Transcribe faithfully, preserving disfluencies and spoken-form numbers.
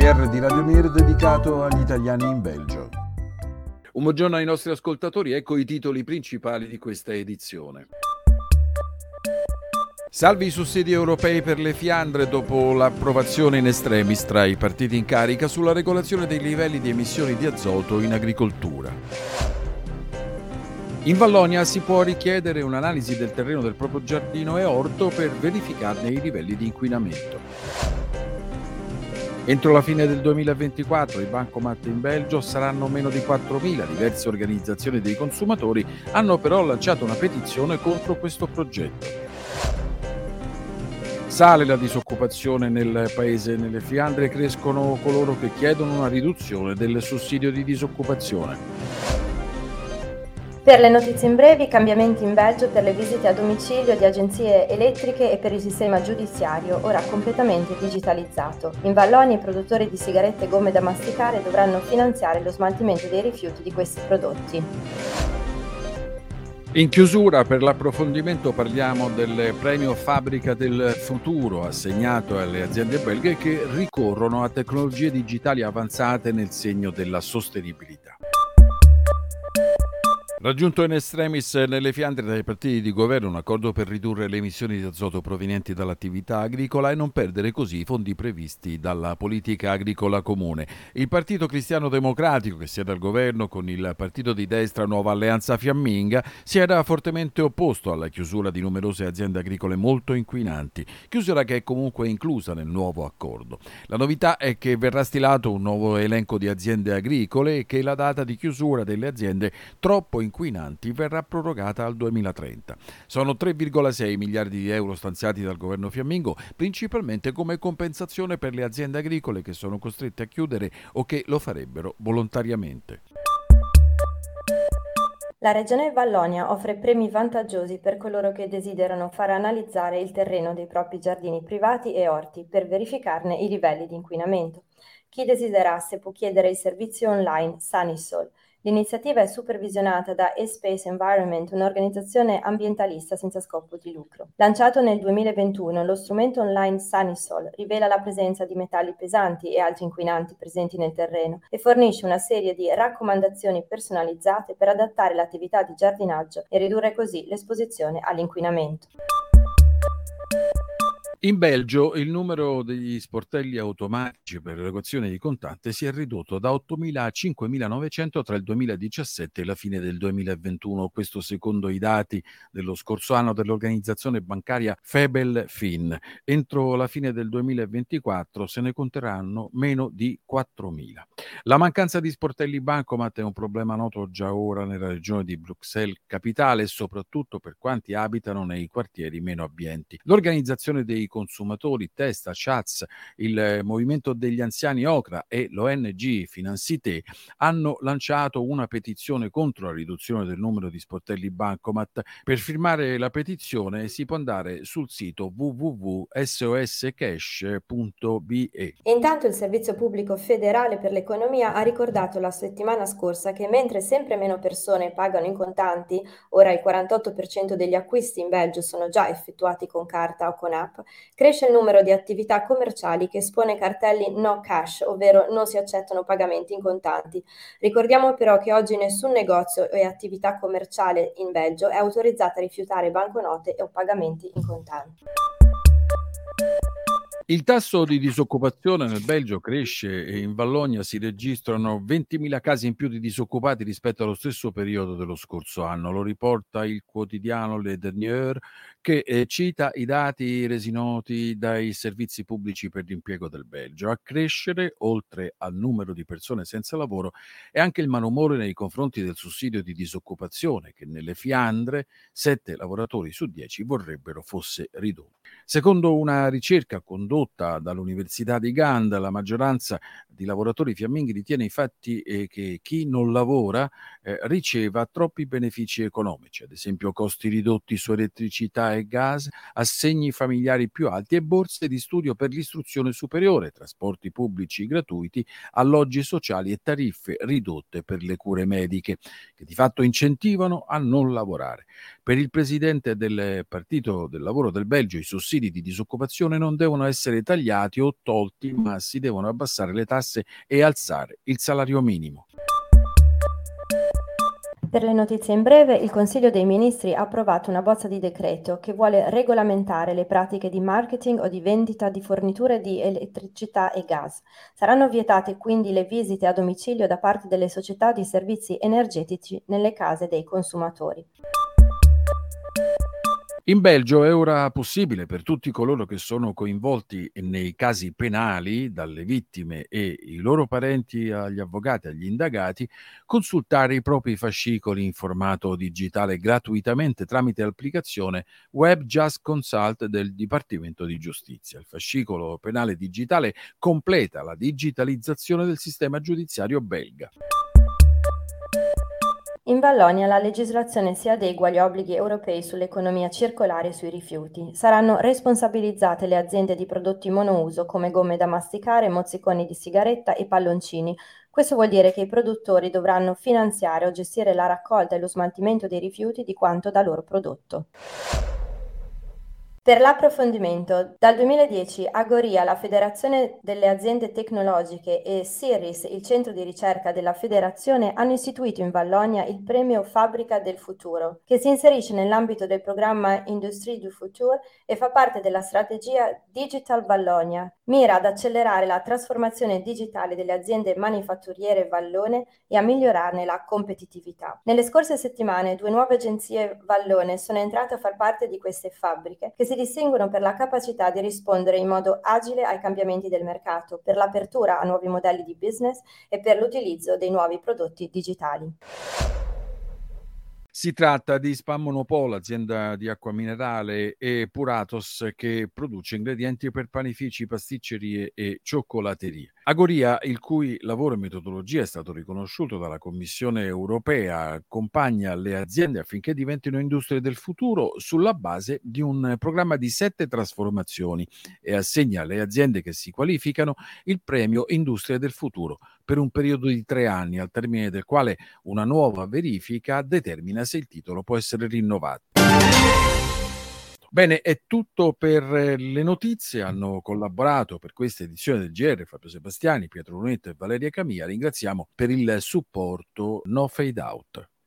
R di Radio Mir dedicato agli italiani in Belgio. Un buongiorno ai nostri ascoltatori, ecco i titoli principali di questa edizione. Salvi i sussidi europei per le Fiandre dopo l'approvazione in extremis tra i partiti in carica sulla regolazione dei livelli di emissioni di azoto in agricoltura. In Vallonia si può richiedere un'analisi del terreno del proprio giardino e orto per verificarne i livelli di inquinamento. Entro la fine del duemilaventiquattro i bancomat in Belgio saranno meno di quattromila. Diverse organizzazioni dei consumatori hanno però lanciato una petizione contro questo progetto. Sale la disoccupazione nel paese, nelle Fiandre crescono coloro che chiedono una riduzione del sussidio di disoccupazione. Per le notizie in brevi, cambiamenti in Belgio per le visite a domicilio di agenzie elettriche e per il sistema giudiziario, ora completamente digitalizzato. In Vallonia i produttori di sigarette e gomme da masticare dovranno finanziare lo smaltimento dei rifiuti di questi prodotti. In chiusura, per l'approfondimento, parliamo del premio Fabbrica del Futuro assegnato alle aziende belghe che ricorrono a tecnologie digitali avanzate nel segno della sostenibilità. Raggiunto in extremis nelle Fiandre dai partiti di governo un accordo per ridurre le emissioni di azoto provenienti dall'attività agricola e non perdere così i fondi previsti dalla politica agricola comune. Il Partito Cristiano Democratico, che siede al governo con il partito di destra Nuova Alleanza Fiamminga, si era fortemente opposto alla chiusura di numerose aziende agricole molto inquinanti, chiusura che è comunque inclusa nel nuovo accordo. La novità è che verrà stilato un nuovo elenco di aziende agricole e che la data di chiusura delle aziende troppo inquinanti inquinanti verrà prorogata al duemilatrenta. Sono tre virgola sei miliardi di euro stanziati dal governo fiammingo, principalmente come compensazione per le aziende agricole che sono costrette a chiudere o che lo farebbero volontariamente. La Regione Vallonia offre premi vantaggiosi per coloro che desiderano far analizzare il terreno dei propri giardini privati e orti per verificarne i livelli di inquinamento. Chi desiderasse può chiedere il servizio online Sunisol. L'iniziativa è supervisionata da eSpace Environment, un'organizzazione ambientalista senza scopo di lucro. Lanciato nel duemilaventuno, lo strumento online Sunisol rivela la presenza di metalli pesanti e altri inquinanti presenti nel terreno e fornisce una serie di raccomandazioni personalizzate per adattare l'attività di giardinaggio e ridurre così l'esposizione all'inquinamento. In Belgio il numero degli sportelli automatici per l'erogazione di contante si è ridotto da ottomila a cinquemilanovecento tra il duemiladiciassette e la fine del duemilaventuno, questo secondo i dati dello scorso anno dell'organizzazione bancaria Febel-Fin. Entro la fine del duemilaventiquattro se ne conteranno meno di quattromila. La mancanza di sportelli bancomat è un problema noto già ora nella regione di Bruxelles Capitale, soprattutto per quanti abitano nei quartieri meno abbienti. L'organizzazione dei consumatori Testa, Schatz, il Movimento degli Anziani Ocra e l'O N G Financité hanno lanciato una petizione contro la riduzione del numero di sportelli bancomat. Per firmare la petizione si può andare sul sito w w w punto s o s cash punto b e. Intanto il Servizio Pubblico Federale per l'Economia ha ricordato la settimana scorsa che mentre sempre meno persone pagano in contanti, ora il quarantotto per cento degli acquisti in Belgio sono già effettuati con carta o con app, cresce il numero di attività commerciali che espone cartelli no cash, ovvero non si accettano pagamenti in contanti. Ricordiamo però che oggi nessun negozio e attività commerciale in Belgio è autorizzata a rifiutare banconote o pagamenti in contanti. Il tasso di disoccupazione nel Belgio cresce e in Vallonia si registrano ventimila casi in più di disoccupati rispetto allo stesso periodo dello scorso anno. Lo riporta il quotidiano Le Dernier, che eh, cita i dati resi noti dai servizi pubblici per l'impiego del Belgio. A crescere, oltre al numero di persone senza lavoro, è anche il malumore nei confronti del sussidio di disoccupazione, che nelle Fiandre sette lavoratori su dieci vorrebbero fosse ridotto. Secondo una ricerca condotta dall'Università di Gand, la maggioranza di lavoratori fiamminghi ritiene infatti eh, che chi non lavora eh, riceva troppi benefici economici, ad esempio costi ridotti su elettricità e gas, assegni familiari più alti e borse di studio per l'istruzione superiore, trasporti pubblici gratuiti, alloggi sociali e tariffe ridotte per le cure mediche, che di fatto incentivano a non lavorare. Per il presidente del Partito del Lavoro del Belgio, i sussidi di disoccupazione non devono essere essere tagliati o tolti, ma si devono abbassare le tasse e alzare il salario minimo. Per le notizie in breve, il Consiglio dei Ministri ha approvato una bozza di decreto che vuole regolamentare le pratiche di marketing o di vendita di forniture di elettricità e gas. Saranno vietate quindi le visite a domicilio da parte delle società di servizi energetici nelle case dei consumatori. In Belgio è ora possibile per tutti coloro che sono coinvolti nei casi penali, dalle vittime e i loro parenti agli avvocati e agli indagati, consultare i propri fascicoli in formato digitale gratuitamente tramite l'applicazione Web Just Consult del Dipartimento di Giustizia. Il fascicolo penale digitale completa la digitalizzazione del sistema giudiziario belga. In Vallonia la legislazione si adegua agli obblighi europei sull'economia circolare e sui rifiuti. Saranno responsabilizzate le aziende di prodotti monouso come gomme da masticare, mozziconi di sigaretta e palloncini. Questo vuol dire che i produttori dovranno finanziare o gestire la raccolta e lo smaltimento dei rifiuti di quanto da loro prodotto. Per l'approfondimento, dal duemiladieci Agoria, la Federazione delle Aziende Tecnologiche, e SIRIS, il centro di ricerca della Federazione, hanno istituito in Vallonia il premio Fabbrica del Futuro, che si inserisce nell'ambito del programma Industrie du Futur e fa parte della strategia Digital Vallonia. Mira ad accelerare la trasformazione digitale delle aziende manifatturiere vallone e a migliorarne la competitività. Nelle scorse settimane due nuove agenzie vallone sono entrate a far parte di queste fabbriche, che si distinguono per la capacità di rispondere in modo agile ai cambiamenti del mercato, per l'apertura a nuovi modelli di business e per l'utilizzo dei nuovi prodotti digitali. Si tratta di Spam Monopol, azienda di acqua minerale, e Puratos, che produce ingredienti per panifici, pasticcerie e cioccolaterie. Agoria, il cui lavoro e metodologia è stato riconosciuto dalla Commissione europea, accompagna le aziende affinché diventino industrie del futuro sulla base di un programma di sette trasformazioni e assegna alle aziende che si qualificano il premio Industria del Futuro per un periodo di tre anni, al termine del quale una nuova verifica determina se il titolo può essere rinnovato. Bene, è tutto per le notizie. Hanno collaborato per questa edizione del G R Fabio Sebastiani, Pietro Lunetto e Valeria Camia. Ringraziamo per il supporto No Fade Out.